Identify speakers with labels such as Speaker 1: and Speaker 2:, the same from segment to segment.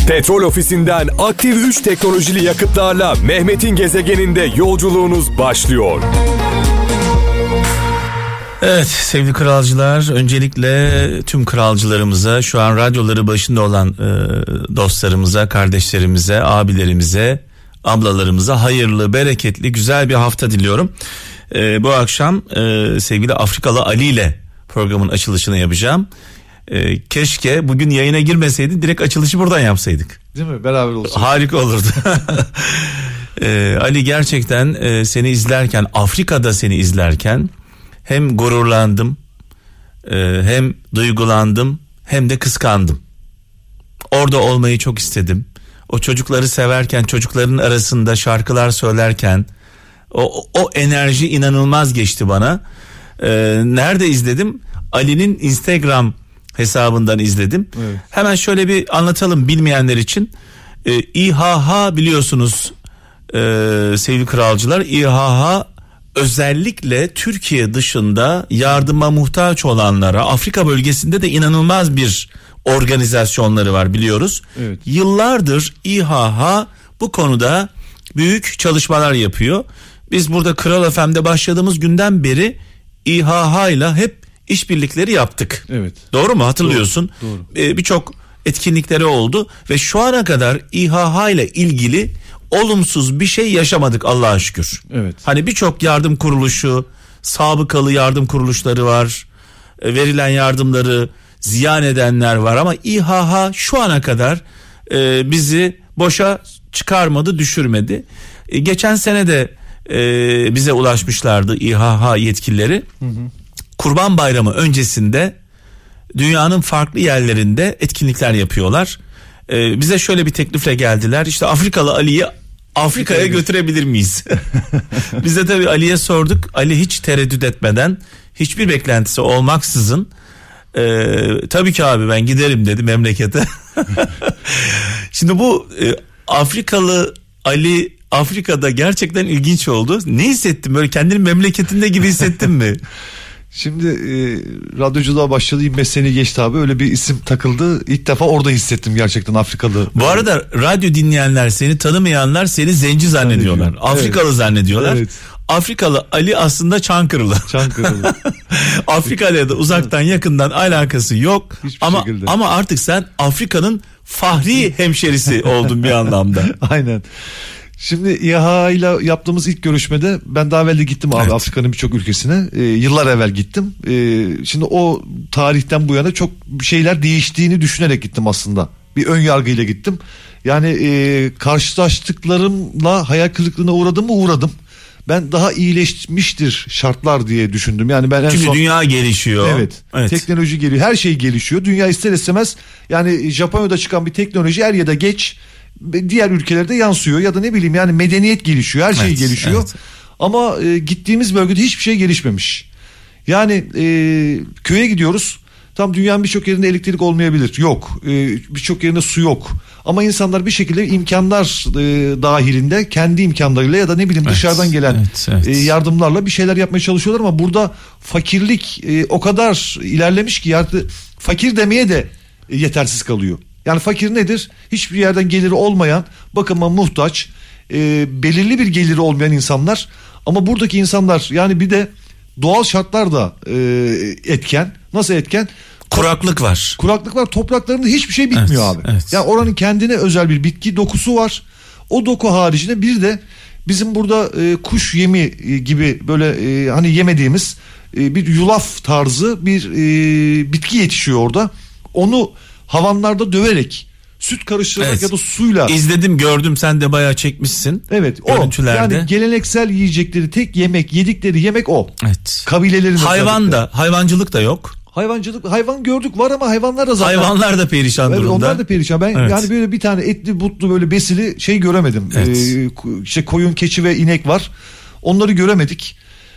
Speaker 1: Petrol Ofisi'nden aktif 3 teknolojili yakıtlarla Mehmet'in gezegeninde yolculuğunuz başlıyor.
Speaker 2: Evet sevgili kralcılar, öncelikle tüm kralcılarımıza, şu an radyoları başında olan dostlarımıza, kardeşlerimize, abilerimize, ablalarımıza hayırlı, bereketli, güzel bir hafta diliyorum. Bu akşam sevgili Afrikalı Ali ile programın açılışını yapacağım. Keşke bugün yayına girmeseydin, direkt açılışı buradan yapsaydık.
Speaker 3: Değil mi? Beraber olsaydık.
Speaker 2: Harika olurdu. Ali, gerçekten seni izlerken, Afrika'da seni izlerken hem gururlandım, hem duygulandım, hem de kıskandım. Orada olmayı çok istedim. O çocukları severken, çocukların arasında şarkılar söylerken o enerji inanılmaz geçti bana. Nerede izledim? Ali'nin Instagram hesabından izledim. Evet. Hemen şöyle bir anlatalım bilmeyenler için. İHH biliyorsunuz sevgili kralcılar. İHH özellikle Türkiye dışında yardıma muhtaç olanlara, Afrika bölgesinde de inanılmaz bir organizasyonları var biliyoruz. Evet. Yıllardır İHH bu konuda büyük çalışmalar yapıyor. Biz burada Kral FM'de başladığımız günden beri İHH ile hep işbirlikleri yaptık. Evet. Doğru mu? Hatırlıyorsun. Doğru. Birçok etkinlikleri oldu ve şu ana kadar İHH ile ilgili olumsuz bir şey yaşamadık Allah'a şükür. Evet. Hani birçok yardım kuruluşu, sabıkalı yardım kuruluşları var. Verilen yardımları ziyan edenler var ama İHH şu ana kadar bizi boşa çıkarmadı, düşürmedi. Geçen sene de bize ulaşmışlardı İHH yetkilileri. Hı hı. Kurban Bayramı öncesinde dünyanın farklı yerlerinde etkinlikler yapıyorlar. Bize şöyle bir teklifle geldiler. İşte Afrikalı Ali'yi Afrika'ya götürebilir miyiz? Biz de tabii Ali'ye sorduk. Ali hiç tereddüt etmeden, hiçbir beklentisi olmaksızın tabii ki abi ben giderim dedi memlekete. Şimdi bu Afrikalı Ali Afrika'da gerçekten ilginç oldu. Ne hissettin, böyle kendini memleketinde gibi hissettin mi?
Speaker 3: Şimdi radyoculuğa başladı, 25 sene geçti abi, öyle bir isim takıldı. İlk defa orada hissettim gerçekten Afrikalı.
Speaker 2: Bu arada radyo dinleyenler, seni tanımayanlar seni zenci zannediyorlar. Afrikalı evet. Zannediyorlar. Evet. Afrikalı Ali aslında Çankırılı. Çankırılı. Afrika'ya da uzaktan yakından alakası yok. Ama artık sen Afrika'nın fahri hemşerisi oldun bir anlamda.
Speaker 3: Aynen. Şimdi İHA ile yaptığımız ilk görüşmede ben daha evvel de gittim abi, evet. Afrika'nın birçok ülkesine. Yıllar evvel gittim. Şimdi o tarihten bu yana çok şeyler değiştiğini düşünerek gittim aslında. Bir ön yargıyla gittim. Yani karşılaştıklarımla hayal kırıklığına uğradım mı? Uğradım. Ben daha iyileşmiştir şartlar diye düşündüm. Yani ben
Speaker 2: çünkü dünya gelişiyor.
Speaker 3: Evet. Teknoloji geliyor. Her şey gelişiyor. Dünya ister istemez, yani Japonya'da çıkan bir teknoloji er ya da geç diğer ülkelerde yansıyor ya da ne bileyim, yani medeniyet gelişiyor, her şey gelişiyor. Evet. Ama gittiğimiz bölgede hiçbir şey gelişmemiş. Yani köye gidiyoruz. Tam dünyanın birçok yerinde elektrik olmayabilir. Yok. Birçok yerinde su yok. Ama insanlar bir şekilde imkanlar dahilinde kendi imkanlarıyla ya da ne bileyim dışarıdan gelen yardımlarla bir şeyler yapmaya çalışıyorlar ama burada fakirlik o kadar ilerlemiş ki fakir demeye de yetersiz kalıyor. Yani fakir nedir? Hiçbir yerden geliri olmayan, bakıma muhtaç, belirli bir geliri olmayan insanlar. Ama buradaki insanlar, yani bir de doğal şartlar da etken. Nasıl etken?
Speaker 2: Kuraklık var.
Speaker 3: Kuraklık var. Topraklarında hiçbir şey bitmiyor abi. Evet. Yani oranın kendine özel bir bitki dokusu var. O doku haricinde bir de bizim burada kuş yemi gibi böyle hani yemediğimiz bir yulaf tarzı bir bitki yetişiyor orada. Onu havanlarda döverek, süt karıştırarak ya da suyla.
Speaker 2: İzledim, gördüm, sen de bayağı çekmişsin.
Speaker 3: Evet, o. Yani geleneksel yiyecekleri, tek yemek, yedikleri yemek o.
Speaker 2: Evet.
Speaker 3: Kabilelerin
Speaker 2: hayvancılık da yok.
Speaker 3: Hayvan gördük var ama hayvanlar da zaten.
Speaker 2: Hayvanlar da perişan durumda.
Speaker 3: Onlar da perişan. Ben yani böyle bir tane etli butlu böyle besili şey göremedim. Evet. İşte koyun, keçi ve inek var. Onları göremedik.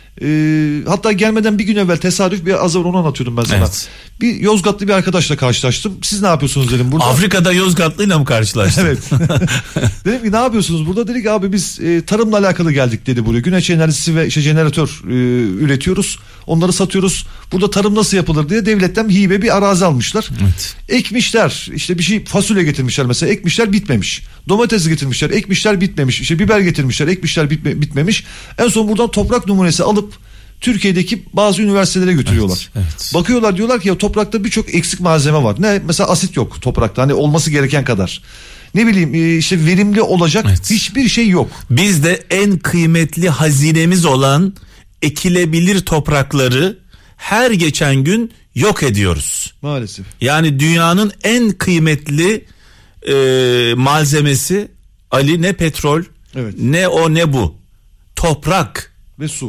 Speaker 3: Hatta gelmeden bir gün evvel tesadüf, bir az evvel onu anlatıyordum ben sana. Evet. Bir Yozgatlı bir arkadaşla karşılaştım. Siz ne yapıyorsunuz dedim burada.
Speaker 2: Afrika'da Yozgatlı'yla mı karşılaştın?
Speaker 3: Evet. Dedim ki ne yapıyorsunuz burada? Dedi ki abi biz tarımla alakalı geldik dedi buraya. Güneş enerjisi ve jeneratör üretiyoruz. Onları satıyoruz. Burada tarım nasıl yapılır diye devletten hibe bir arazi almışlar.
Speaker 2: Evet.
Speaker 3: Ekmişler, işte bir şey, fasulye getirmişler mesela, ekmişler bitmemiş. Domates getirmişler, ekmişler bitmemiş. İşte biber getirmişler, ekmişler bitmemiş. En son buradan toprak numunesi alıp Türkiye'deki bazı üniversitelere götürüyorlar.
Speaker 2: Evet.
Speaker 3: Bakıyorlar, diyorlar ki ya toprakta birçok eksik malzeme var. Ne? Mesela asit yok toprakta, hani olması gereken kadar. Ne bileyim işte verimli olacak hiçbir şey yok.
Speaker 2: Bizde en kıymetli hazinemiz olan ekilebilir toprakları her geçen gün yok ediyoruz.
Speaker 3: Maalesef.
Speaker 2: Yani dünyanın en kıymetli malzemesi Ali, ne petrol, ne o ne bu. Toprak
Speaker 3: ve su.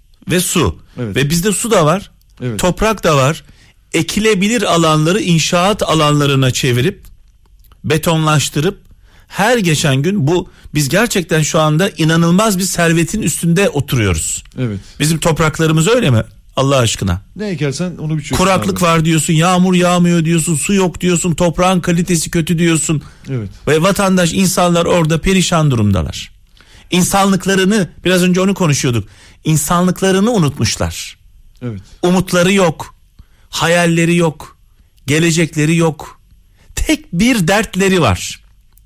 Speaker 2: Evet. Ve bizde su da var. Evet. Toprak da var. Ekilebilir alanları inşaat alanlarına çevirip betonlaştırıp her geçen gün biz gerçekten şu anda inanılmaz bir servetin üstünde oturuyoruz.
Speaker 3: Evet.
Speaker 2: Bizim topraklarımız öyle mi? Allah aşkına.
Speaker 3: Ne ekersen onu biçiyorsun.
Speaker 2: Kuraklık var diyorsun, yağmur yağmıyor diyorsun, su yok diyorsun, toprağın kalitesi kötü diyorsun.
Speaker 3: Evet.
Speaker 2: Ve vatandaş, insanlar orada perişan durumdalar. İnsanlıklarını, biraz önce onu konuşuyorduk. İnsanlıklarını unutmuşlar.
Speaker 3: Evet.
Speaker 2: Umutları yok. Hayalleri yok. Gelecekleri yok. Tek bir dertleri var.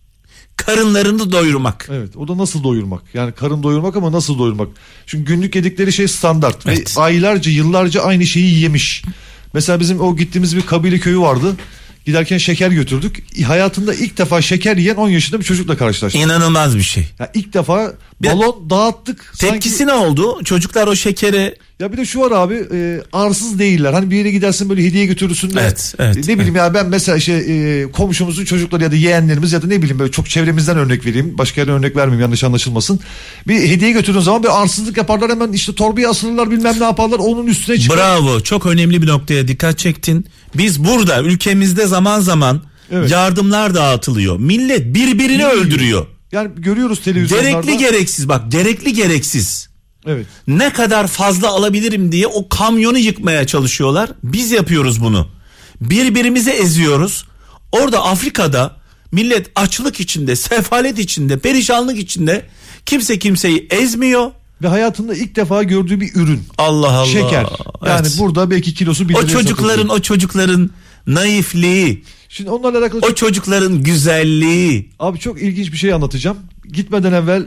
Speaker 2: Karınlarını doyurmak.
Speaker 3: Evet, o da nasıl doyurmak? Yani karın doyurmak ama nasıl doyurmak? Çünkü günlük yedikleri şey standart.
Speaker 2: Evet.
Speaker 3: Ve aylarca, yıllarca aynı şeyi yemiş. Mesela bizim o gittiğimiz bir kabile köyü vardı. Giderken şeker götürdük. Hayatında ilk defa şeker yiyen 10 yaşında bir çocukla karşılaştık.
Speaker 2: İnanılmaz bir şey.
Speaker 3: Ya ilk defa balon dağıttık.
Speaker 2: Tepkisi
Speaker 3: sanki...
Speaker 2: ne oldu? Çocuklar o şekeri...
Speaker 3: Ya bir de şu var abi, arsız değiller. Hani bir yere gidersin böyle hediye götürürsün de.
Speaker 2: Evet,
Speaker 3: ne bileyim ya, ben mesela komşumuzun çocukları ya da yeğenlerimiz ya da ne bileyim böyle çok çevremizden örnek vereyim. Başka yerden örnek vermeyeyim, yanlış anlaşılmasın. Bir hediye götürdüğün zaman bir arsızlık yaparlar, hemen işte torbaya asılırlar, bilmem ne yaparlar, onun üstüne çıkar.
Speaker 2: Bravo, çok önemli bir noktaya dikkat çektin. Biz burada ülkemizde zaman zaman yardımlar dağıtılıyor. Millet birbirini öldürüyor.
Speaker 3: Yani görüyoruz televizyonlarda.
Speaker 2: Gerekli gereksiz.
Speaker 3: Evet.
Speaker 2: Ne kadar fazla alabilirim diye o kamyonu yıkmaya çalışıyorlar. Biz yapıyoruz bunu. Birbirimizi eziyoruz. Orada Afrika'da millet açlık içinde, sefalet içinde, perişanlık içinde, kimse kimseyi ezmiyor.
Speaker 3: Ve hayatında ilk defa gördüğü bir ürün.
Speaker 2: Allah Allah.
Speaker 3: Şeker. Yani burada belki kilosu 1 liraya satılıyor.
Speaker 2: O çocukların naifliği.
Speaker 3: Şimdi onlarla alakalı
Speaker 2: o çocukların güzelliği.
Speaker 3: Abi çok ilginç bir şey anlatacağım. Gitmeden evvel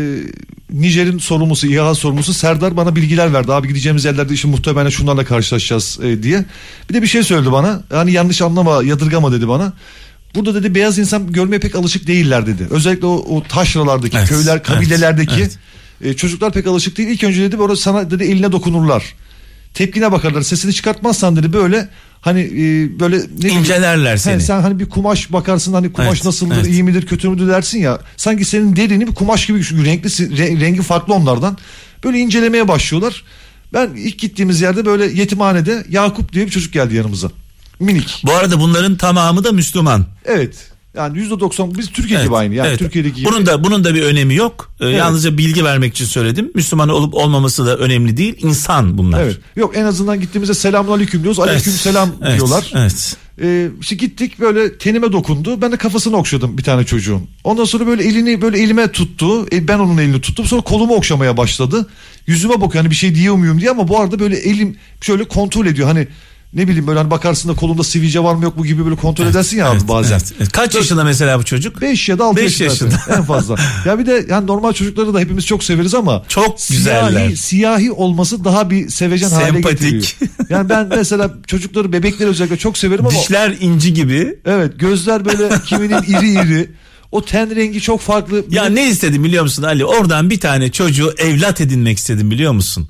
Speaker 3: Nijer'in sorumlusu, İHA sorumlusu Serdar bana bilgiler verdi. Abi gideceğimiz yerlerde işte muhtemelen şunlarla karşılaşacağız diye. Bir de bir şey söyledi bana. Yani yanlış anlama, yadırgama dedi bana. Burada dedi beyaz insan görmeye pek alışık değiller dedi. Özellikle o taşralardaki, köyler, kabilelerdeki çocuklar pek alışık değil. İlk önce dedi orada sana dedi eline dokunurlar. Tepkine bakarlar. Sesini çıkartmazsan dedi böyle hani böyle ne
Speaker 2: incelerler seni.
Speaker 3: Sen hani bir kumaş bakarsın, hani kumaş nasıldır, iyi midir, kötü müdür dersin ya. Sanki senin derini bir kumaş gibi rengi farklı onlardan. Böyle incelemeye başlıyorlar. Ben ilk gittiğimiz yerde böyle yetimhanede Yakup diye bir çocuk geldi yanımıza. Minik.
Speaker 2: Bu arada bunların tamamı da Müslüman.
Speaker 3: Evet. Yani %90 biz Türkiye gibi aynı. Yani Türkiye'deki gibi.
Speaker 2: Bunun da bir önemi yok. Yalnızca bilgi vermek için söyledim. Müslüman olup olmaması da önemli değil. İnsan bunlar.
Speaker 3: Evet. Yok, en azından gittiğimizde selamünaleyküm diyoruz. Aleykümselam diyorlar.
Speaker 2: Evet.
Speaker 3: İşte gittik, böyle tenime dokundu. Ben de kafasını okşadım bir tane çocuğun. Ondan sonra böyle elini böyle elime tuttu. Ben onun elini tuttum. Sonra kolumu okşamaya başladı. Yüzüme bakıyor hani bir şey diyor muyum diye, ama bu arada böyle elim şöyle kontrol ediyor. Hani ne bileyim böyle hani bakarsın da kolunda sivilce var mı yok mu gibi böyle kontrol edersin ya abi bazen.
Speaker 2: Evet. Kaç yaşında mesela bu çocuk?
Speaker 3: 5 ya da 6 yaşında en fazla. Ya bir de yani normal çocukları da hepimiz çok severiz ama
Speaker 2: çok güzeller.
Speaker 3: Siyahi olması daha bir sevecen hale getiriyor. Yani ben mesela çocukları, bebekleri özellikle çok severim ama
Speaker 2: dişler inci gibi.
Speaker 3: Evet, gözler böyle kiminin iri iri. O ten rengi çok farklı.
Speaker 2: Ya ne istedim biliyor musun Ali? Oradan bir tane çocuğu evlat edinmek istedim biliyor musun?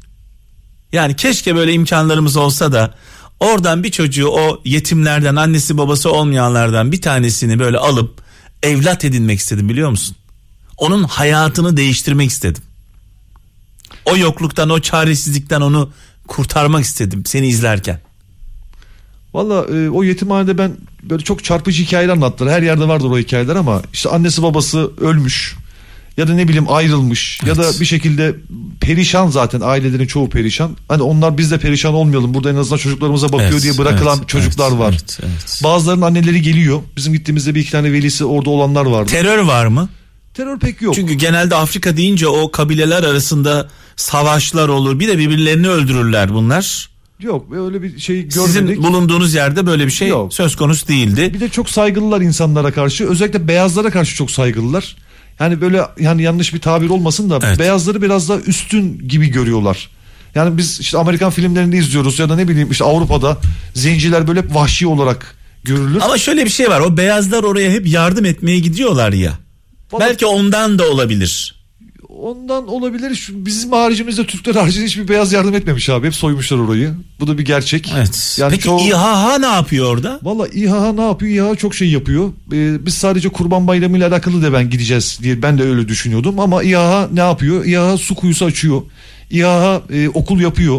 Speaker 2: Yani keşke böyle imkanlarımız olsa da oradan bir çocuğu, o yetimlerden, annesi babası olmayanlardan bir tanesini böyle alıp evlat edinmek istedim biliyor musun? Onun hayatını değiştirmek istedim. O yokluktan, o çaresizlikten onu kurtarmak istedim seni izlerken.
Speaker 3: Valla o yetimhanede ben böyle çok çarpıcı hikayeler anlattılar. Her yerde vardır o hikayeler ama işte annesi babası ölmüş ya da ne bileyim ayrılmış ya da bir şekilde perişan, zaten ailelerin çoğu perişan. Hani onlar, biz de perişan olmayalım, burada en azından çocuklarımıza bakıyor diye bırakılan çocuklar var. Bazılarının anneleri geliyor. Bizim gittiğimizde bir iki tane velisi orada olanlar vardı.
Speaker 2: Terör var mı?
Speaker 3: Terör pek yok.
Speaker 2: Çünkü genelde Afrika deyince o kabileler arasında savaşlar olur. Bir de birbirlerini öldürürler bunlar.
Speaker 3: Yok, öyle bir şey görmedik.
Speaker 2: Sizin bulunduğunuz yerde böyle bir şey yok, söz konusu değildi.
Speaker 3: Bir de çok saygılılar insanlara karşı, özellikle beyazlara karşı çok saygılılar. Yani böyle, yani yanlış bir tabir olmasın da evet, beyazları biraz daha üstün gibi görüyorlar. Yani biz işte Amerikan filmlerinde izliyoruz ya da ne bileyim işte Avrupa'da zenciler böyle hep vahşi olarak görülür.
Speaker 2: Ama şöyle bir şey var, o beyazlar oraya hep yardım etmeye gidiyorlar ya. Belki ondan da olabilir.
Speaker 3: Ondan olabilir. Bizim haricimizde, Türkler haricinde hiçbir beyaz yardım etmemiş abi. Hep soymuşlar orayı. Bu da bir gerçek.
Speaker 2: Evet. Yani peki İHH ne yapıyor orada?
Speaker 3: Valla İHH ne yapıyor? İHH çok şey yapıyor. Biz sadece Kurban Bayramı ile alakalı da ben gideceğiz diye ben de öyle düşünüyordum. Ama İHH ne yapıyor? İHH su kuyusu açıyor. İHH okul yapıyor.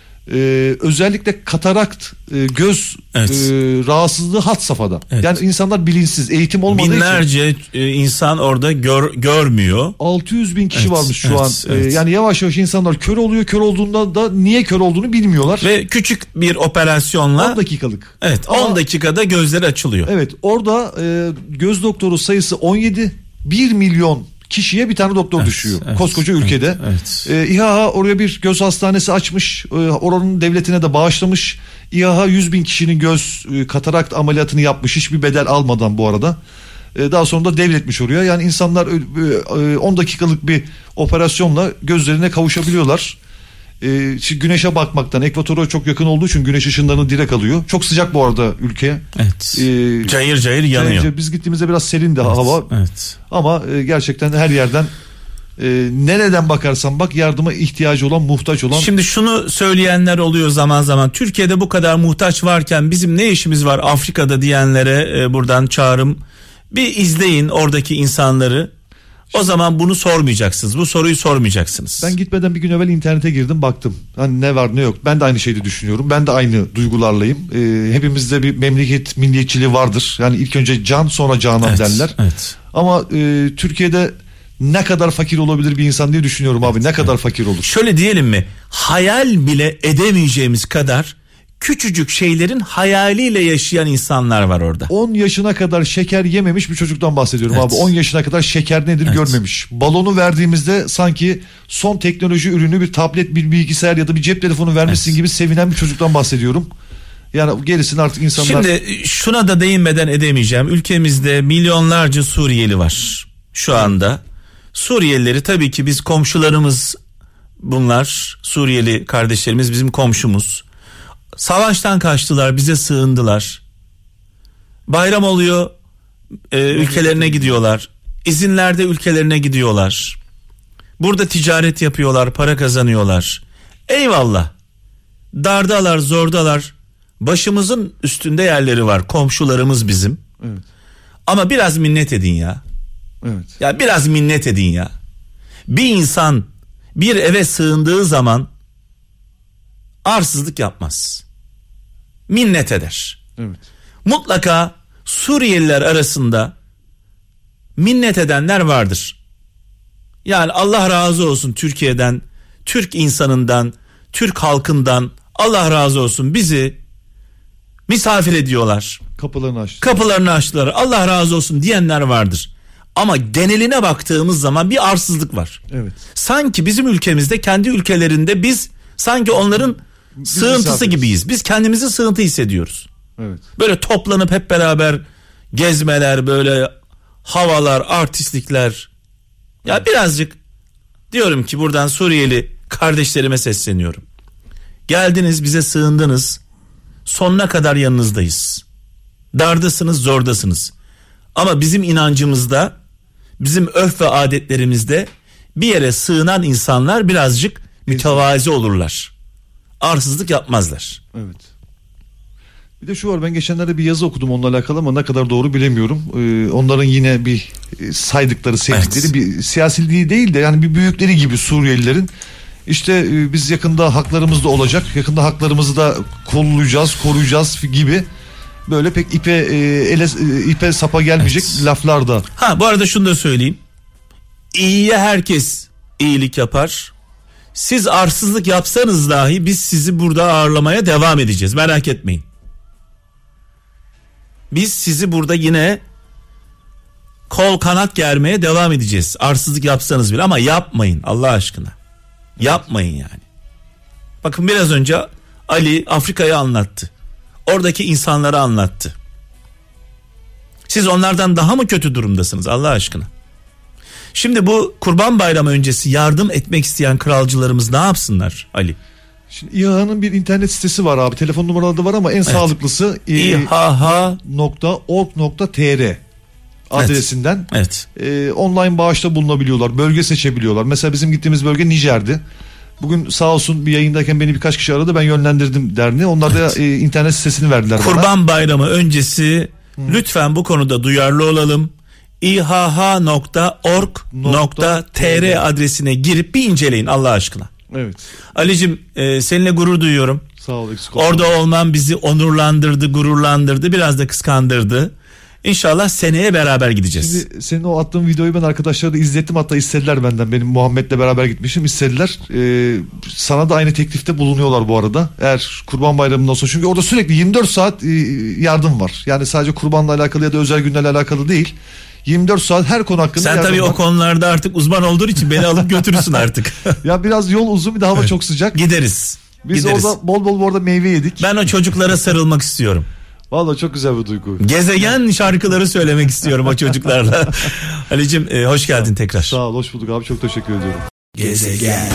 Speaker 3: Özellikle katarakt göz rahatsızlığı had safhada. Evet. Yani insanlar bilinçsiz, eğitim olmadığı
Speaker 2: binlerce için insan orada görmüyor.
Speaker 3: 600 bin kişi varmış şu an. Evet. Yani yavaş yavaş insanlar kör oluyor. Kör olduğunda da niye kör olduğunu bilmiyorlar.
Speaker 2: Ve küçük bir operasyonla
Speaker 3: 10 dakikalık.
Speaker 2: Evet, 10 dakikada gözleri açılıyor.
Speaker 3: Evet, orada göz doktoru sayısı 17, 1 milyon kişiye bir tane doktor düşüyor. Evet, koskoca ülkede. Evet. İHH oraya bir göz hastanesi açmış. Oranın devletine de bağışlamış. İHH 100 bin kişinin göz katarakt ameliyatını yapmış. Hiçbir bedel almadan bu arada. Daha sonra da devretmiş oraya. Yani insanlar 10 dakikalık bir operasyonla gözlerine kavuşabiliyorlar. Güneşe bakmaktan, ekvatora çok yakın olduğu için güneş ışınlarını direkt alıyor. Çok sıcak bu arada ülke.
Speaker 2: Evet. Cayır cayır yanıyor.
Speaker 3: Biz gittiğimizde biraz serindi hava.
Speaker 2: Evet.
Speaker 3: Ama gerçekten her yerden nereden bakarsan bak yardıma ihtiyacı olan, muhtaç olan.
Speaker 2: Şimdi şunu söyleyenler oluyor zaman zaman. Türkiye'de bu kadar muhtaç varken bizim ne işimiz var Afrika'da diyenlere buradan çağrım. Bir izleyin oradaki insanları. O zaman bunu sormayacaksınız. Bu soruyu sormayacaksınız.
Speaker 3: Ben gitmeden bir gün evvel internete girdim, baktım. Hani ne var ne yok. Ben de aynı şeyi düşünüyorum. Ben de aynı duygularlayım. Hepimizde bir memleket milliyetçiliği vardır. Yani ilk önce can, sonra canan derler.
Speaker 2: Evet.
Speaker 3: Ama Türkiye'de ne kadar fakir olabilir bir insan diye düşünüyorum abi. Ne kadar fakir olur.
Speaker 2: Şöyle diyelim mi? Hayal bile edemeyeceğimiz kadar küçücük şeylerin hayaliyle yaşayan insanlar var orada.
Speaker 3: 10 yaşına kadar şeker yememiş bir çocuktan bahsediyorum abi. 10 yaşına kadar şeker nedir görmemiş. Balonu verdiğimizde sanki son teknoloji ürünü bir tablet, bir bilgisayar ya da bir cep telefonu vermişsin gibi sevinen bir çocuktan bahsediyorum. Yani gerisini artık insanlar...
Speaker 2: Şimdi şuna da değinmeden edemeyeceğim. Ülkemizde milyonlarca Suriyeli var şu anda. Suriyelileri tabii ki biz komşularımız, bunlar Suriyeli kardeşlerimiz bizim komşumuz. Savaştan kaçtılar, bize sığındılar. Bayram oluyor, ülkelerine gidiyorlar. İzinlerde ülkelerine gidiyorlar. Burada ticaret yapıyorlar, para kazanıyorlar. Eyvallah. Dardalar, zordalar. Başımızın üstünde yerleri var. Komşularımız bizim.
Speaker 3: Evet.
Speaker 2: Ama biraz minnet edin ya.
Speaker 3: Evet.
Speaker 2: Ya biraz minnet edin ya. Bir insan bir eve sığındığı zaman arsızlık yapmaz. Minnet eder.
Speaker 3: Evet.
Speaker 2: Mutlaka Suriyeliler arasında minnet edenler vardır. Yani Allah razı olsun Türkiye'den, Türk insanından, Türk halkından Allah razı olsun, bizi misafir ediyorlar. Kapılarını açtılar. Allah razı olsun diyenler vardır. Ama geneline baktığımız zaman bir arsızlık var.
Speaker 3: Evet.
Speaker 2: Sanki bizim ülkemizde, kendi ülkelerinde biz sanki onların sığıntısı gibiyiz. Biz kendimizi sığıntı hissediyoruz.
Speaker 3: Evet.
Speaker 2: Böyle toplanıp hep beraber gezmeler, böyle havalar, artistlikler. Ya birazcık diyorum ki buradan Suriyeli kardeşlerime sesleniyorum. Geldiniz, bize sığındınız. Sonuna kadar yanınızdayız. Dardasınız, zordasınız. Ama bizim inancımızda, bizim örf ve adetlerimizde bir yere sığınan insanlar birazcık mütevazi olurlar. Arsızlık yapmazlar.
Speaker 3: Evet. Bir de şu var, ben geçenlerde bir yazı okudum onunla alakalı ama ne kadar doğru bilemiyorum. Onların yine bir saydıkları, sevdikleri bir siyasi değil de yani bir büyükleri gibi Suriyelilerin. İşte biz yakında haklarımız da olacak. Yakında haklarımızı da kollayacağız, koruyacağız gibi. Böyle pek ipe sapa gelmeyecek laflar da.
Speaker 2: Bu arada şunu da söyleyeyim. İyiye herkes iyilik yapar. Siz arsızlık yapsanız dahi biz sizi burada ağırlamaya devam edeceğiz. Merak etmeyin. Biz sizi burada yine kol kanat germeye devam edeceğiz. Arsızlık yapsanız bile, ama yapmayın Allah aşkına. Yapmayın yani. Bakın biraz önce Ali Afrika'yı anlattı. Oradaki insanları anlattı. Siz onlardan daha mı kötü durumdasınız Allah aşkına? Şimdi bu Kurban Bayramı öncesi yardım etmek isteyen kralcılarımız ne yapsınlar Ali?
Speaker 3: Şimdi İHA'nın bir internet sitesi var abi. Telefon numaraları da var ama en sağlıklısı ihh.org.tr adresinden online bağışta bulunabiliyorlar. Bölge seçebiliyorlar. Mesela bizim gittiğimiz bölge Nijer'di. Bugün sağ olsun bir yayındayken beni birkaç kişi aradı. Ben yönlendirdim derneği. Onlar da internet sitesini verdiler bana.
Speaker 2: Kurban Bayramı öncesi lütfen bu konuda duyarlı olalım. ihh.org.tr adresine girip bir inceleyin Allah aşkına.
Speaker 3: Evet.
Speaker 2: Ali'cim seninle gurur duyuyorum.
Speaker 3: Sağ ol, eksik olsun.
Speaker 2: Orada olman bizi onurlandırdı, gururlandırdı, biraz da kıskandırdı. İnşallah seneye beraber gideceğiz.
Speaker 3: Şimdi senin o attığın videoyu ben arkadaşlara da izlettim, hatta istediler benden. Benim Muhammed'le beraber gitmişim, istediler. Sana da aynı teklifte bulunuyorlar bu arada. Eğer Kurban Bayramı'ndan sonra, çünkü orada sürekli 24 saat yardım var. Yani sadece kurbanla alakalı ya da özel günlerle alakalı değil. 24 saat her konu hakkında.
Speaker 2: Sen tabii o konularda artık uzman olduğun için beni alıp götürürsün artık.
Speaker 3: Ya biraz yol uzun, bir de hava çok sıcak.
Speaker 2: Gideriz.
Speaker 3: Biz orada bol bol orada meyve yedik.
Speaker 2: Ben o çocuklara sarılmak istiyorum.
Speaker 3: Vallahi çok güzel bir duygu.
Speaker 2: Gezegen şarkıları söylemek istiyorum o çocuklarla. Ali'cim hoş geldin tekrar.
Speaker 3: Sağ ol, hoş bulduk abi, çok teşekkür ediyorum.
Speaker 2: Gezegen.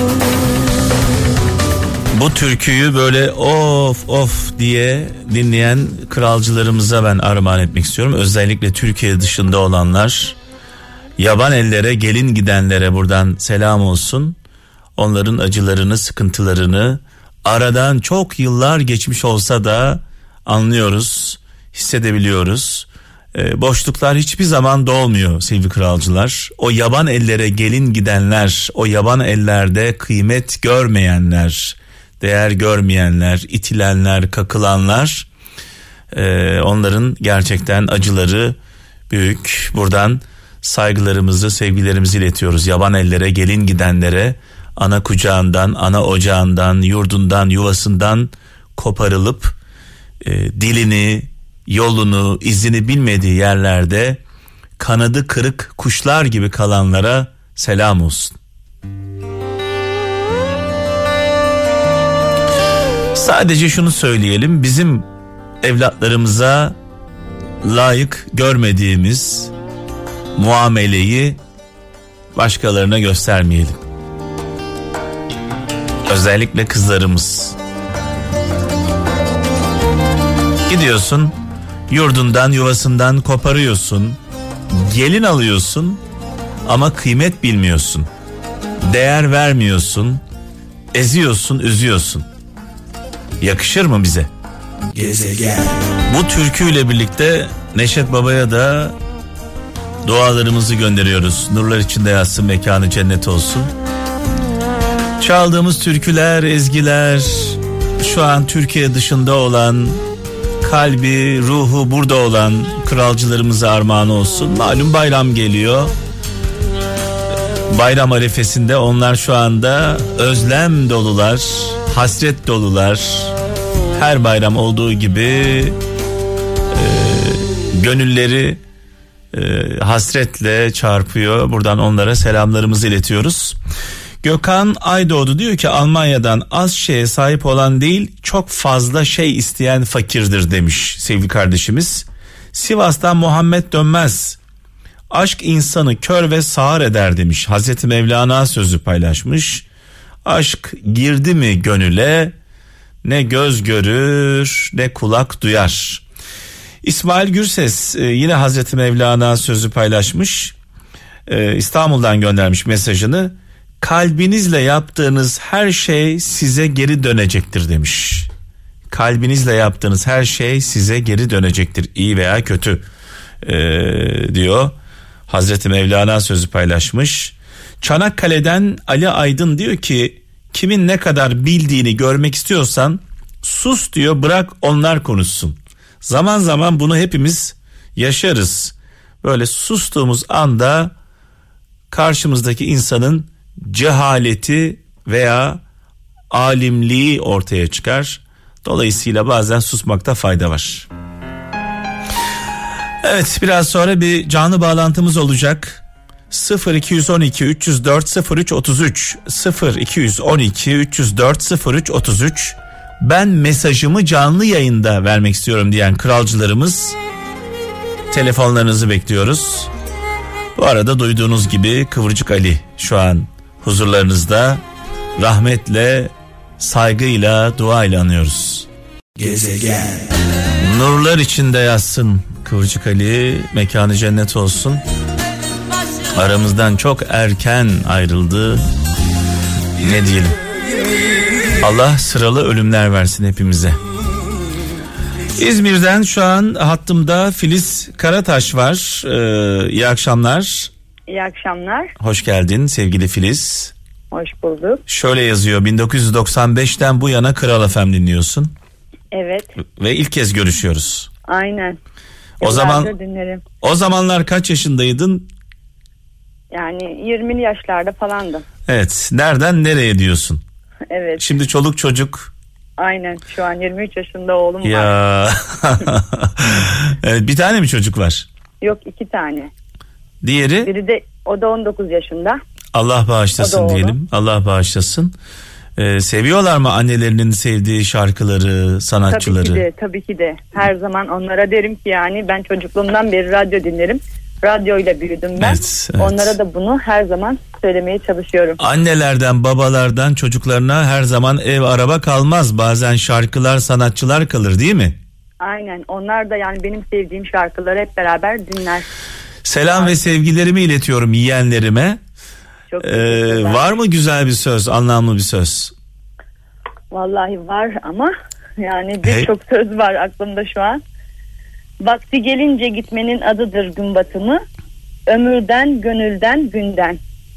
Speaker 2: Bu türküyü böyle of diye dinleyen kralcılarımıza ben armağan etmek istiyorum. Özellikle Türkiye dışında olanlar, yaban ellere gelin gidenlere buradan selam olsun. Onların acılarını, sıkıntılarını aradan çok yıllar geçmiş olsa da anlıyoruz, hissedebiliyoruz. Boşluklar hiçbir zaman dolmuyor sevgili kralcılar. O yaban ellere gelin gidenler, o yaban ellerde kıymet görmeyenler, değer görmeyenler, itilenler, kakılanlar, onların gerçekten acıları büyük. Buradan saygılarımızı, sevgilerimizi iletiyoruz. Yaban ellere gelin gidenlere, ana kucağından, ana ocağından, yurdundan, yuvasından koparılıp dilini, yolunu, izini bilmediği yerlerde kanadı kırık kuşlar gibi kalanlara selam olsun. Sadece şunu söyleyelim, bizim evlatlarımıza layık görmediğimiz muameleyi başkalarına göstermeyelim. Özellikle kızlarımız. Gidiyorsun, yurdundan, yuvasından koparıyorsun, gelin alıyorsun ama kıymet bilmiyorsun, değer vermiyorsun, eziyorsun, üzüyorsun. Yakışır mı bize? Gezegen. Bu türküyle birlikte Neşet Baba'ya da dualarımızı gönderiyoruz. Nurlar içinde yatsın, mekanı cennet olsun. Çaldığımız türküler, ezgiler şu an Türkiye dışında olan, kalbi, ruhu burada olan kralcılarımıza armağan olsun. Malum bayram geliyor. Bayram arifesinde onlar şu anda özlem dolular, hasret dolular. Her bayram olduğu gibi gönülleri hasretle çarpıyor. Buradan onlara selamlarımızı iletiyoruz. Gökhan Aydoğdu diyor ki Almanya'dan az şeye sahip olan değil, çok fazla şey isteyen fakirdir demiş sevgili kardeşimiz. Sivas'tan Muhammed Dönmez, aşk insanı kör ve sağır eder demiş. Hazreti Mevlana sözü paylaşmış. Aşk girdi mi gönüle, ne göz görür ne kulak duyar. İsmail Gürses yine Hazreti Mevlana sözü paylaşmış. İstanbul'dan göndermiş mesajını. Kalbinizle yaptığınız her şey size geri dönecektir demiş. Kalbinizle yaptığınız her şey size geri dönecektir, iyi veya kötü diyor. Hazreti Mevlana sözü paylaşmış. Çanakkale'den Ali Aydın diyor ki kimin ne kadar bildiğini görmek istiyorsan sus diyor, bırak onlar konuşsun. Zaman zaman bunu hepimiz yaşarız. Böyle sustuğumuz anda karşımızdaki insanın cehaleti veya alimliği ortaya çıkar. Dolayısıyla bazen susmakta fayda var. Evet, biraz sonra bir canlı bağlantımız olacak. 0212 304 0333 0212 304 0333 Ben mesajımı canlı yayında vermek istiyorum diyen kralcılarımız, telefonlarınızı bekliyoruz. Bu arada duyduğunuz gibi Kıvırcık Ali şu an huzurlarınızda, rahmetle, saygıyla, duayla anıyoruz. Gezegen. Nurlar içinde yatsın Kıvırcık Ali, mekanı cennet olsun. Aramızdan çok erken ayrıldı. Ne diyelim? Allah sıralı ölümler versin hepimize. İzmir'den şu an hattımda Filiz Karataş var. İyi akşamlar.
Speaker 4: İyi akşamlar.
Speaker 2: Hoş geldin sevgili Filiz.
Speaker 4: Hoş bulduk.
Speaker 2: Şöyle yazıyor, 1995'ten bu yana Kral FM dinliyorsun.
Speaker 4: Evet.
Speaker 2: Ve ilk kez görüşüyoruz.
Speaker 4: Aynen.
Speaker 2: O zaman
Speaker 4: dinlerim.
Speaker 2: O zamanlar kaç yaşındaydın?
Speaker 4: Yani 20'li yaşlarda falandım.
Speaker 2: Evet. Nereden nereye diyorsun?
Speaker 4: Evet.
Speaker 2: Şimdi çoluk çocuk.
Speaker 4: Aynen. Şu an 23 yaşında oğlum var.
Speaker 2: Ya. Evet, bir tane mi çocuk var?
Speaker 4: Yok, 2 tane.
Speaker 2: Diğeri?
Speaker 4: Biri de, o da 19 yaşında.
Speaker 2: Allah bağışlasın diyelim. Allah bağışlasın. Seviyorlar mı annelerinin sevdiği şarkıları, sanatçıları?
Speaker 4: Tabii ki de. Her zaman onlara derim ki yani ben çocukluğumdan beri radyo dinlerim. Radyoyla büyüdüm ben. Evet. Onlara da bunu her zaman söylemeye çalışıyorum. Annelerden,
Speaker 2: babalardan çocuklarına her zaman ev, araba kalmaz. Bazen şarkılar, sanatçılar kalır, değil mi?
Speaker 4: Aynen. Onlar da yani benim sevdiğim şarkıları hep beraber dinler.
Speaker 2: Selam ve sevgilerimi iletiyorum yeğenlerime.
Speaker 4: Çok
Speaker 2: var mı güzel bir söz, anlamlı bir söz?
Speaker 4: Vallahi var ama yani birçok söz var aklımda şu an. Vakti gelince gitmenin adıdır gün batımı. Ömürden, gönülden, günden.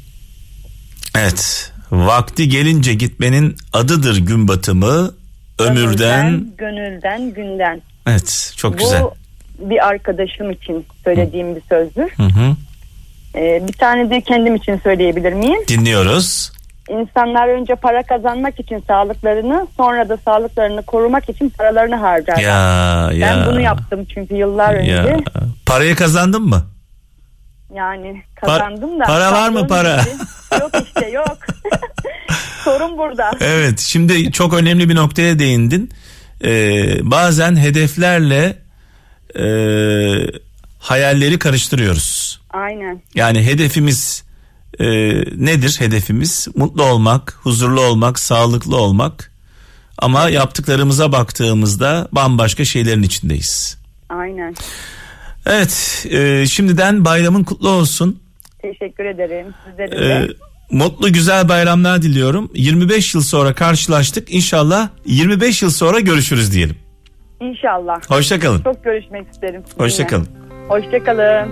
Speaker 2: Evet. Vakti gelince gitmenin adıdır gün batımı. Ömürden,
Speaker 4: gönülden, günden.
Speaker 2: Evet, çok güzel.
Speaker 4: Bu bir arkadaşım için söylediğim bir sözdür.
Speaker 2: Hı.
Speaker 4: Bir tane de kendim için söyleyebilir miyim?
Speaker 2: Dinliyoruz.
Speaker 4: İnsanlar önce para kazanmak için sağlıklarını, sonra da sağlıklarını korumak için paralarını harcarlar. Ben bunu yaptım çünkü yıllar önce.
Speaker 2: Parayı kazandın mı?
Speaker 4: Yani kazandım da.
Speaker 2: Para var mı para?
Speaker 4: Yok işte, yok. Sorun burada.
Speaker 2: Evet, şimdi çok önemli bir noktaya değindin. Bazen hedeflerle hayalleri karıştırıyoruz.
Speaker 4: Aynen.
Speaker 2: Yani hedefimiz nedir hedefimiz? Mutlu olmak, huzurlu olmak, sağlıklı olmak. Ama yaptıklarımıza baktığımızda bambaşka şeylerin içindeyiz.
Speaker 4: Aynen.
Speaker 2: Evet, şimdiden bayramın kutlu olsun.
Speaker 4: Teşekkür ederim. Sizlerin de.
Speaker 2: Mutlu güzel bayramlar diliyorum. 25 yıl sonra karşılaştık. İnşallah 25 yıl sonra görüşürüz diyelim.
Speaker 4: İnşallah.
Speaker 2: Hoşça kalın.
Speaker 4: Çok görüşmek isterim.
Speaker 2: Hoşça kalın.
Speaker 4: Hoşça kalın.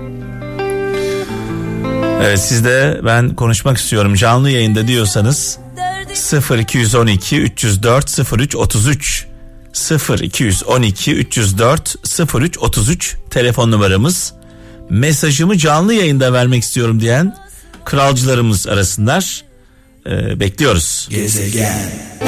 Speaker 2: Evet, siz de ben konuşmak istiyorum canlı yayında diyorsanız 0212 304 03 33 0212 304 03 33 telefon numaramız. Mesajımı canlı yayında vermek istiyorum diyen kralcılarımız arasınlar. Bekliyoruz. Gezegen.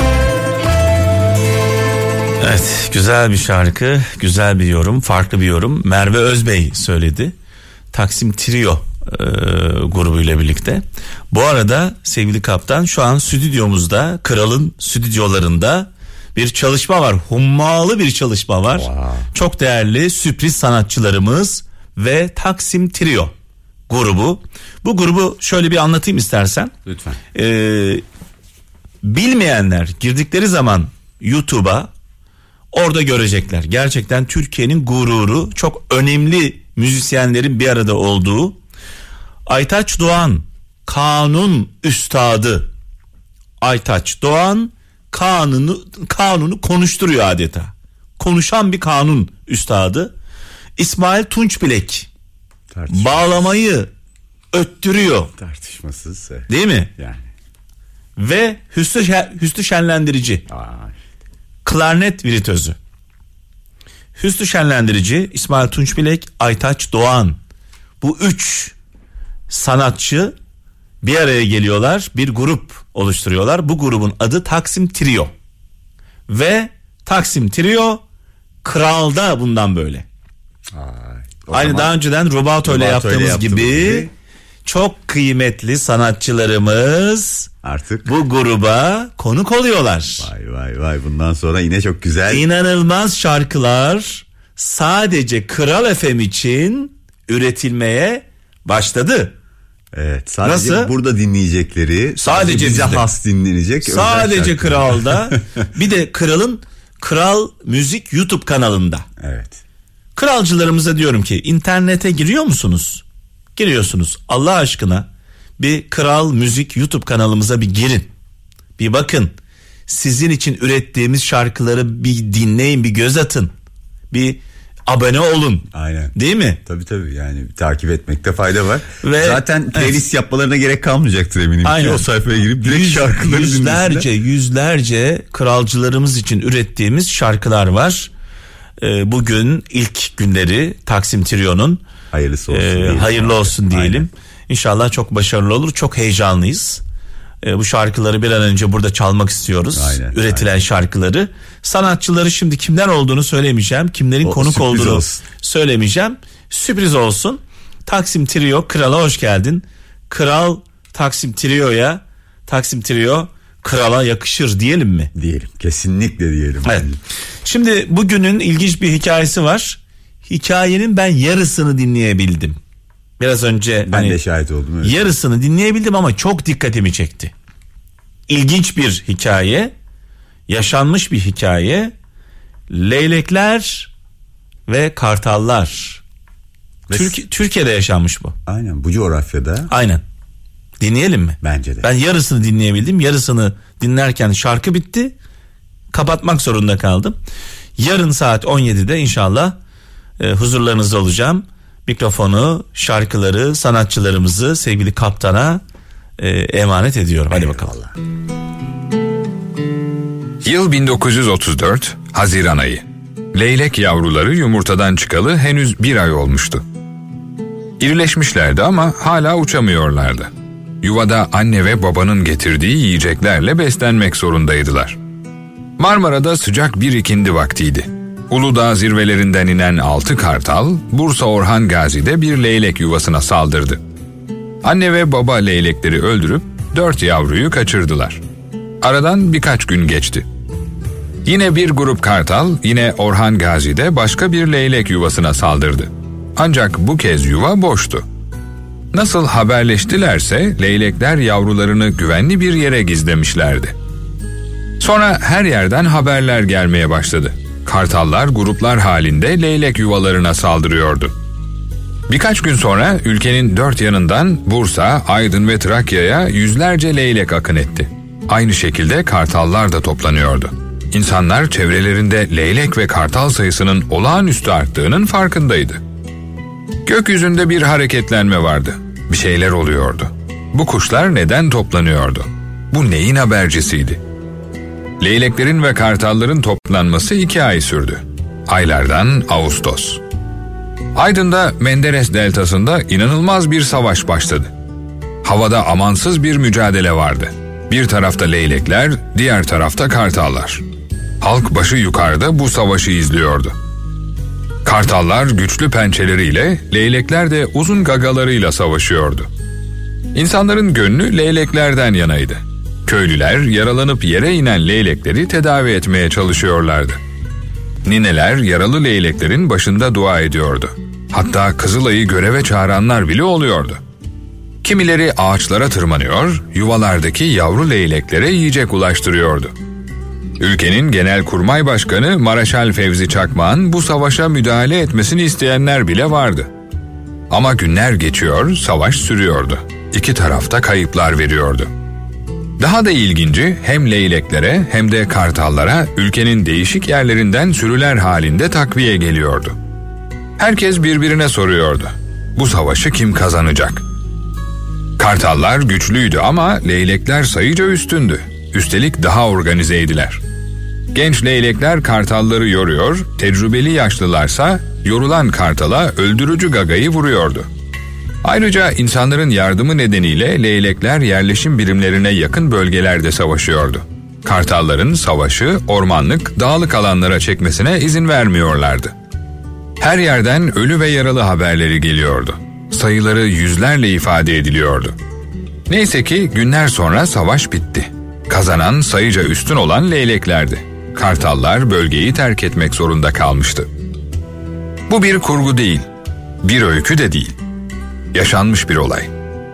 Speaker 2: Evet, güzel bir şarkı, güzel bir yorum, farklı bir yorum. Merve Özbey söyledi. Taksim Trio grubuyla birlikte. Bu arada sevgili kaptan, şu an stüdyomuzda, Kral'ın stüdyolarında bir çalışma var. Hummalı bir çalışma var. Wow. Çok değerli sürpriz sanatçılarımız ve Taksim Trio grubu. Bu grubu şöyle bir anlatayım istersen.
Speaker 5: Lütfen.
Speaker 2: Bilmeyenler girdikleri zaman YouTube'a orada görecekler. Gerçekten Türkiye'nin gururu, çok önemli müzisyenlerin bir arada olduğu Aytaç Doğan, kanun üstadı. Aytaç Doğan kanunu konuşturuyor adeta. Konuşan bir kanun üstadı. İsmail Tunçbilek bağlamayı öttürüyor.
Speaker 5: Tartışmasız.
Speaker 2: Değil mi?
Speaker 5: Yani.
Speaker 2: Ve Hüsnü Şenlendirici. Klarnet viritözü. Hüsnü Şenlendirici, İsmail Tunçbilek, Aytaç Doğan. Bu 3 sanatçı bir araya geliyorlar, bir grup oluşturuyorlar. Bu grubun adı Taksim Trio. Ve Taksim Trio Kral'da bundan böyle. Aynı daha önceden Rubato ile yaptığımız gibi çok kıymetli sanatçılarımız
Speaker 5: artık
Speaker 2: bu gruba konuk oluyorlar.
Speaker 5: Vay bundan sonra yine çok güzel.
Speaker 2: İnanılmaz şarkılar sadece Kral FM için üretilmeye başladı.
Speaker 5: Evet, sadece
Speaker 2: nasıl?
Speaker 5: Burada dinleyecekleri,
Speaker 2: sadece
Speaker 5: bize
Speaker 2: bizde
Speaker 5: has dinlenecek.
Speaker 2: sadece Kral'da. Bir de Kral'ın Kral Müzik YouTube kanalında.
Speaker 5: Evet.
Speaker 2: Kralcılarımıza diyorum ki internete giriyor musunuz? Giriyorsunuz. Allah aşkına bir Kral Müzik YouTube kanalımıza bir girin. Bir bakın. Sizin için ürettiğimiz şarkıları bir dinleyin, bir göz atın. Bir abone olun.
Speaker 5: Aynen.
Speaker 2: Değil mi?
Speaker 5: Tabii yani takip etmekte fayda var.
Speaker 2: Ve
Speaker 5: zaten playlist yapmalarına gerek kalmayacaktır eminim.
Speaker 2: Aynen.
Speaker 5: Ki o sayfaya girip direkt şarkıları
Speaker 2: yüzlerce kralcılarımız için ürettiğimiz şarkılar var. Bugün ilk günleri Taksim Trio'nun hayırlı olsun diyelim. Aynen. İnşallah çok başarılı olur. Çok heyecanlıyız. Bu şarkıları bir an önce burada çalmak istiyoruz. Üretilen şarkıları. Sanatçıları şimdi kimler olduğunu söylemeyeceğim. Kimlerin konuk olduğunu söylemeyeceğim. Sürpriz olsun. Taksim Trio Kral'a hoş geldin. Kral Taksim Trio'ya, Taksim Trio Kral'a yakışır diyelim mi?
Speaker 5: Diyelim. Kesinlikle diyelim.
Speaker 2: Evet. Şimdi bugünün ilginç bir hikayesi var. Hikayenin ben yarısını dinleyebildim. Biraz önce
Speaker 5: ben de şahit oldum. Evet.
Speaker 2: Yarısını dinleyebildim ama çok dikkatimi çekti. İlginç bir hikaye, yaşanmış bir hikaye. Leylekler ve kartallar. Türkiye'de yaşanmış bu.
Speaker 5: Aynen, bu coğrafyada.
Speaker 2: Aynen. Dinleyelim mi?
Speaker 5: Bence de.
Speaker 2: Ben yarısını dinleyebildim. Yarısını dinlerken şarkı bitti. Kapatmak zorunda kaldım. Yarın saat 17'de inşallah huzurlarınızda olacağım. Mikrofonu, şarkıları, sanatçılarımızı sevgili kaptana emanet ediyorum. Hadi bakalım.
Speaker 6: Yıl 1934, Haziran ayı. Leylek yavruları yumurtadan çıkalı henüz 1 ay olmuştu. İrileşmişlerdi ama hala uçamıyorlardı. Yuvada anne ve babanın getirdiği yiyeceklerle beslenmek zorundaydılar. Marmara'da sıcak bir ikindi vaktiydi. Uludağ zirvelerinden inen 6 kartal, Bursa Orhan Gazi'de bir leylek yuvasına saldırdı. Anne ve baba leylekleri öldürüp 4 yavruyu kaçırdılar. Aradan birkaç gün geçti. Yine bir grup kartal yine Orhan Gazi'de başka bir leylek yuvasına saldırdı. Ancak bu kez yuva boştu. Nasıl haberleştilerse leylekler yavrularını güvenli bir yere gizlemişlerdi. Sonra her yerden haberler gelmeye başladı. Kartallar gruplar halinde leylek yuvalarına saldırıyordu. Birkaç gün sonra ülkenin 4 yanından Bursa, Aydın ve Trakya'ya yüzlerce leylek akın etti. Aynı şekilde kartallar da toplanıyordu. İnsanlar çevrelerinde leylek ve kartal sayısının olağanüstü arttığının farkındaydı. Gökyüzünde bir hareketlenme vardı. Bir şeyler oluyordu. Bu kuşlar neden toplanıyordu? Bu neyin habercisiydi? Leyleklerin ve kartalların toplanması 2 ay sürdü. Aylardan Ağustos. Aydın'da Menderes deltasında inanılmaz bir savaş başladı. Havada amansız bir mücadele vardı. Bir tarafta leylekler, diğer tarafta kartallar. Halk başı yukarıda bu savaşı izliyordu. Kartallar güçlü pençeleriyle, leylekler de uzun gagalarıyla savaşıyordu. İnsanların gönlü leyleklerden yanaydı. Köylüler yaralanıp yere inen leylekleri tedavi etmeye çalışıyorlardı. Nineler yaralı leyleklerin başında dua ediyordu. Hatta Kızılay'ı göreve çağıranlar bile oluyordu. Kimileri ağaçlara tırmanıyor, yuvalardaki yavru leyleklere yiyecek ulaştırıyordu. Ülkenin Genelkurmay Başkanı Maraşal Fevzi Çakmak'ın bu savaşa müdahale etmesini isteyenler bile vardı. Ama günler geçiyor, savaş sürüyordu. 2 tarafta kayıplar veriyordu. Daha da ilginci hem leyleklere hem de kartallara ülkenin değişik yerlerinden sürüler halinde takviye geliyordu. Herkes birbirine soruyordu. Bu savaşı kim kazanacak? Kartallar güçlüydü ama leylekler sayıca üstündü. Üstelik daha organizeydiler. Genç leylekler kartalları yoruyor, tecrübeli yaşlılarsa yorulan kartala öldürücü gagayı vuruyordu. Ayrıca insanların yardımı nedeniyle leylekler yerleşim birimlerine yakın bölgelerde savaşıyordu. Kartalların savaşı ormanlık, dağlık alanlara çekmesine izin vermiyorlardı. Her yerden ölü ve yaralı haberleri geliyordu. sayıları yüzlerle ifade ediliyordu. Neyse ki günler sonra savaş bitti. Kazanan sayıca üstün olan leyleklerdi. Kartallar bölgeyi terk etmek zorunda kalmıştı. Bu bir kurgu değil, bir öykü de değil. Yaşanmış bir olay.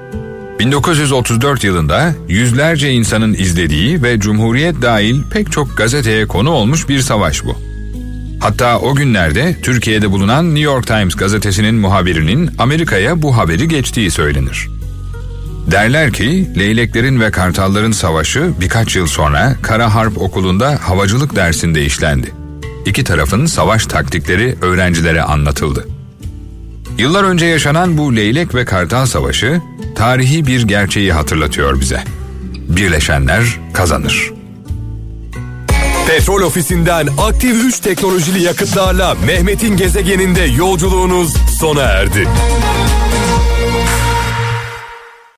Speaker 6: 1934 yılında yüzlerce insanın izlediği ve Cumhuriyet dahil pek çok gazeteye konu olmuş bir savaş bu. Hatta o günlerde Türkiye'de bulunan New York Times gazetesinin muhabirinin Amerika'ya bu haberi geçtiği söylenir. Derler ki leyleklerin ve kartalların savaşı birkaç yıl sonra Kara Harp Okulu'nda havacılık dersinde işlendi. İki tarafın savaş taktikleri öğrencilere anlatıldı. Yıllar önce yaşanan bu leylek ve kartal savaşı tarihi bir gerçeği hatırlatıyor bize. Birleşenler kazanır.
Speaker 1: Petrol Ofisi'nden aktif 3 teknolojili yakıtlarla Mehmet'in gezegeninde yolculuğunuz sona erdi.